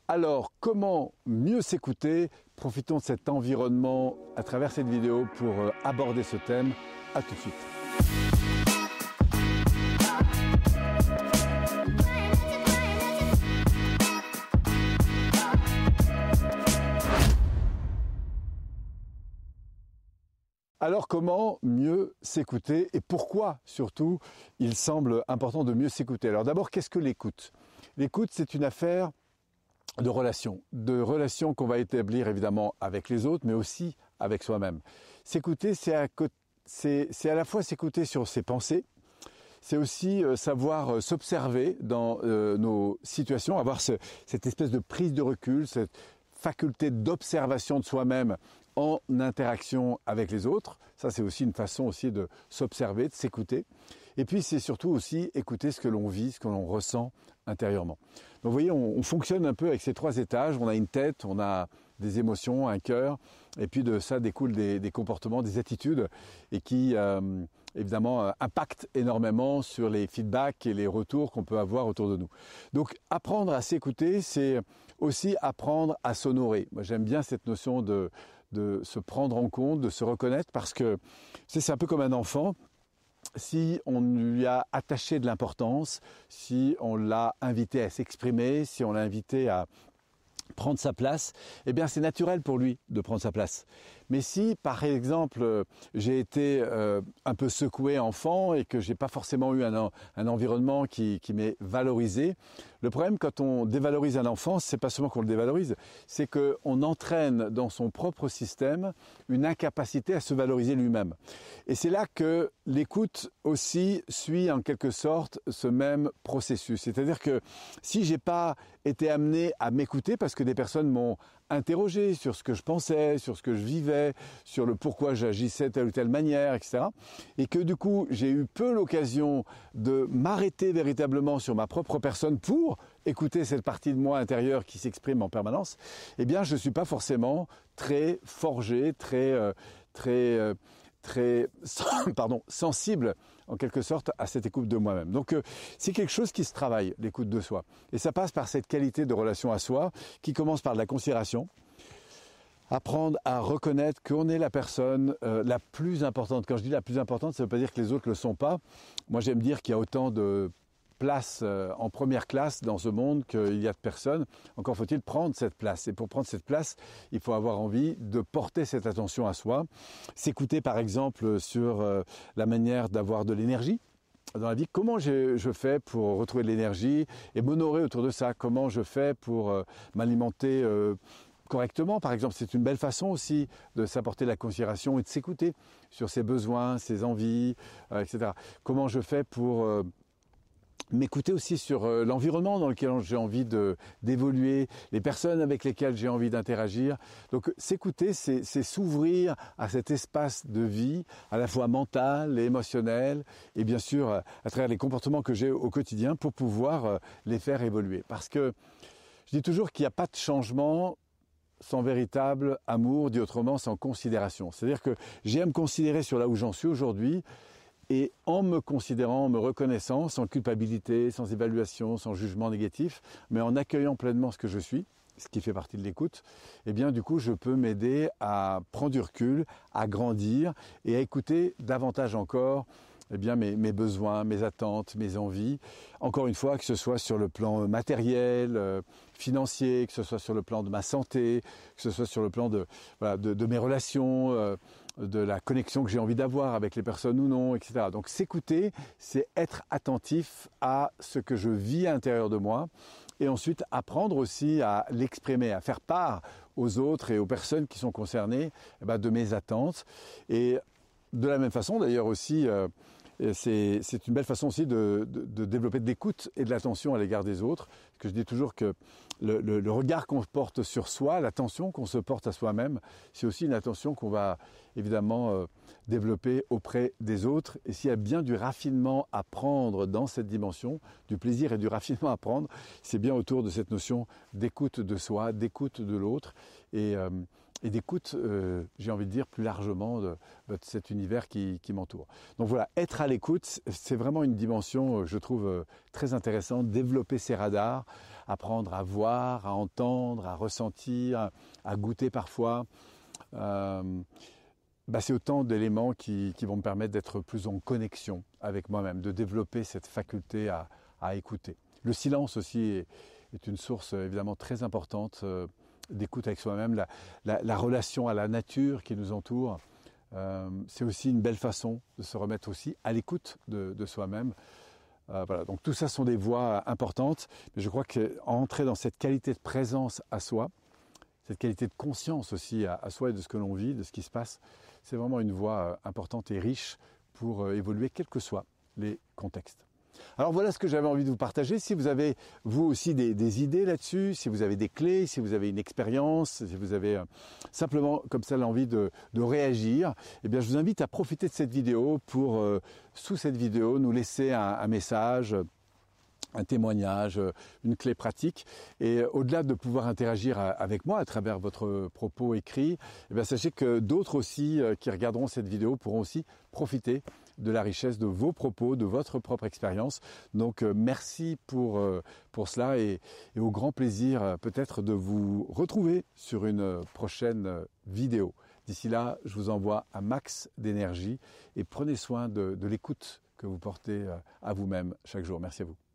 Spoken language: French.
Alors, comment mieux s'écouter? Profitons de cet environnement à travers cette vidéo pour aborder ce thème. À tout de suite. Alors, comment mieux s'écouter et pourquoi, surtout, il semble important de mieux s'écouter? Alors d'abord, qu'est-ce que l'écoute? L'écoute, c'est une affaire de relations qu'on va établir évidemment avec les autres, mais aussi avec soi-même. S'écouter, c'est à la fois s'écouter sur ses pensées, c'est aussi savoir s'observer dans nos situations, avoir cette espèce de prise de recul, cette faculté d'observation de soi-même en interaction avec les autres. Ça, c'est aussi une façon aussi de s'observer, de s'écouter. Et puis, c'est surtout aussi écouter ce que l'on vit, ce que l'on ressent intérieurement. Donc, vous voyez, on fonctionne un peu avec ces trois étages. On a une tête, on a des émotions, un cœur, et puis de ça découlent des comportements, des attitudes, et qui, évidemment, impactent énormément sur les feedbacks et les retours qu'on peut avoir autour de nous. Donc, apprendre à s'écouter, c'est aussi apprendre à s'honorer. Moi, j'aime bien cette notion de se prendre en compte, de se reconnaître, parce que c'est un peu comme un enfant. Si on lui a attaché de l'importance, si on l'a invité à s'exprimer, si on l'a invité à prendre sa place, eh bien c'est naturel pour lui de prendre sa place. Mais si, par exemple, j'ai été un peu secoué enfant et que j'ai pas forcément eu un environnement qui m'est valorisé, le problème quand on dévalorise un enfant, c'est pas seulement qu'on le dévalorise, c'est qu'on entraîne dans son propre système une incapacité à se valoriser lui-même. Et c'est là que l'écoute aussi suit en quelque sorte ce même processus. C'est-à-dire que si j'ai pas été amené à m'écouter parce que des personnes m'ont interrogé sur ce que je pensais, sur ce que je vivais, sur le pourquoi j'agissais de telle ou telle manière, etc. Et que du coup, j'ai eu peu l'occasion de m'arrêter véritablement sur ma propre personne pour écouter cette partie de moi intérieure qui s'exprime en permanence, eh bien, je ne suis pas forcément très forgé, très sensible en quelque sorte à cette écoute de moi-même. Donc c'est quelque chose qui se travaille, l'écoute de soi. Et ça passe par cette qualité de relation à soi qui commence par de la considération, apprendre à reconnaître qu'on est la personne la plus importante. Quand je dis la plus importante, ça ne veut pas dire que les autres ne le sont pas. Moi j'aime dire qu'il y a autant de place en première classe dans ce monde qu'il y a de personnes. Encore faut-il prendre cette place. Et pour prendre cette place, il faut avoir envie de porter cette attention à soi. S'écouter par exemple sur la manière d'avoir de l'énergie dans la vie. Comment je fais pour retrouver de l'énergie et m'honorer autour de ça? Comment je fais pour m'alimenter correctement, par exemple? C'est une belle façon aussi de s'apporter la considération et de s'écouter sur ses besoins, ses envies, etc. Comment je fais pour m'écouter aussi sur l'environnement dans lequel j'ai envie d'évoluer, les personnes avec lesquelles j'ai envie d'interagir. Donc s'écouter, c'est s'ouvrir à cet espace de vie, à la fois mental et émotionnel, et bien sûr à travers les comportements que j'ai au quotidien pour pouvoir les faire évoluer. Parce que je dis toujours qu'il n'y a pas de changement sans véritable amour, dit autrement, sans considération. C'est-à-dire que j'ai à me considérer sur là où j'en suis aujourd'hui, et en me considérant, en me reconnaissant, sans culpabilité, sans évaluation, sans jugement négatif, mais en accueillant pleinement ce que je suis, ce qui fait partie de l'écoute, eh bien du coup je peux m'aider à prendre du recul, à grandir et à écouter davantage encore eh bien, mes besoins, mes attentes, mes envies. Encore une fois, que ce soit sur le plan matériel, financier, que ce soit sur le plan de ma santé, que ce soit sur le plan de mes relations, de la connexion que j'ai envie d'avoir avec les personnes ou non, etc. Donc s'écouter, c'est être attentif à ce que je vis à l'intérieur de moi et ensuite apprendre aussi à l'exprimer, à faire part aux autres et aux personnes qui sont concernées de mes attentes. Et de la même façon d'ailleurs aussi, c'est une belle façon aussi de développer de l'écoute et de l'attention à l'égard des autres. Parce que je dis toujours que le regard qu'on porte sur soi, l'attention qu'on se porte à soi-même, c'est aussi une attention qu'on va évidemment développer auprès des autres. Et s'il y a bien du raffinement à prendre dans cette dimension, du plaisir et du raffinement à prendre, c'est bien autour de cette notion d'écoute de soi, d'écoute de l'autre et d'écoute, j'ai envie de dire plus largement de cet univers qui m'entoure. Donc voilà, être à l'écoute, c'est vraiment une dimension, je trouve, très intéressant, développer ses radars, apprendre à voir, à entendre, à ressentir, à goûter parfois. C'est autant d'éléments qui vont me permettre d'être plus en connexion avec moi-même, de développer cette faculté à écouter. Le silence aussi est une source évidemment très importante d'écoute avec soi-même. La relation à la nature qui nous entoure, c'est aussi une belle façon de se remettre aussi à l'écoute de soi-même. Voilà. Donc tout ça sont des voies importantes, mais je crois qu'entrer dans cette qualité de présence à soi, cette qualité de conscience aussi à soi et de ce que l'on vit, de ce qui se passe, c'est vraiment une voie importante et riche pour évoluer, quels que soient les contextes. Alors voilà ce que j'avais envie de vous partager. Si vous avez vous aussi des idées là-dessus, si vous avez des clés, si vous avez une expérience, si vous avez simplement comme ça l'envie de réagir, eh bien je vous invite à profiter de cette vidéo pour, sous cette vidéo, nous laisser un message, un témoignage, une clé pratique. Et au-delà de pouvoir interagir avec moi à travers votre propos écrit, eh bien, sachez que d'autres aussi qui regarderont cette vidéo pourront aussi profiter de la richesse de vos propos, de votre propre expérience. Donc merci pour cela et au grand plaisir peut-être de vous retrouver sur une prochaine vidéo. D'ici là, je vous envoie un max d'énergie et prenez soin de l'écoute que vous portez à vous-même chaque jour. Merci à vous.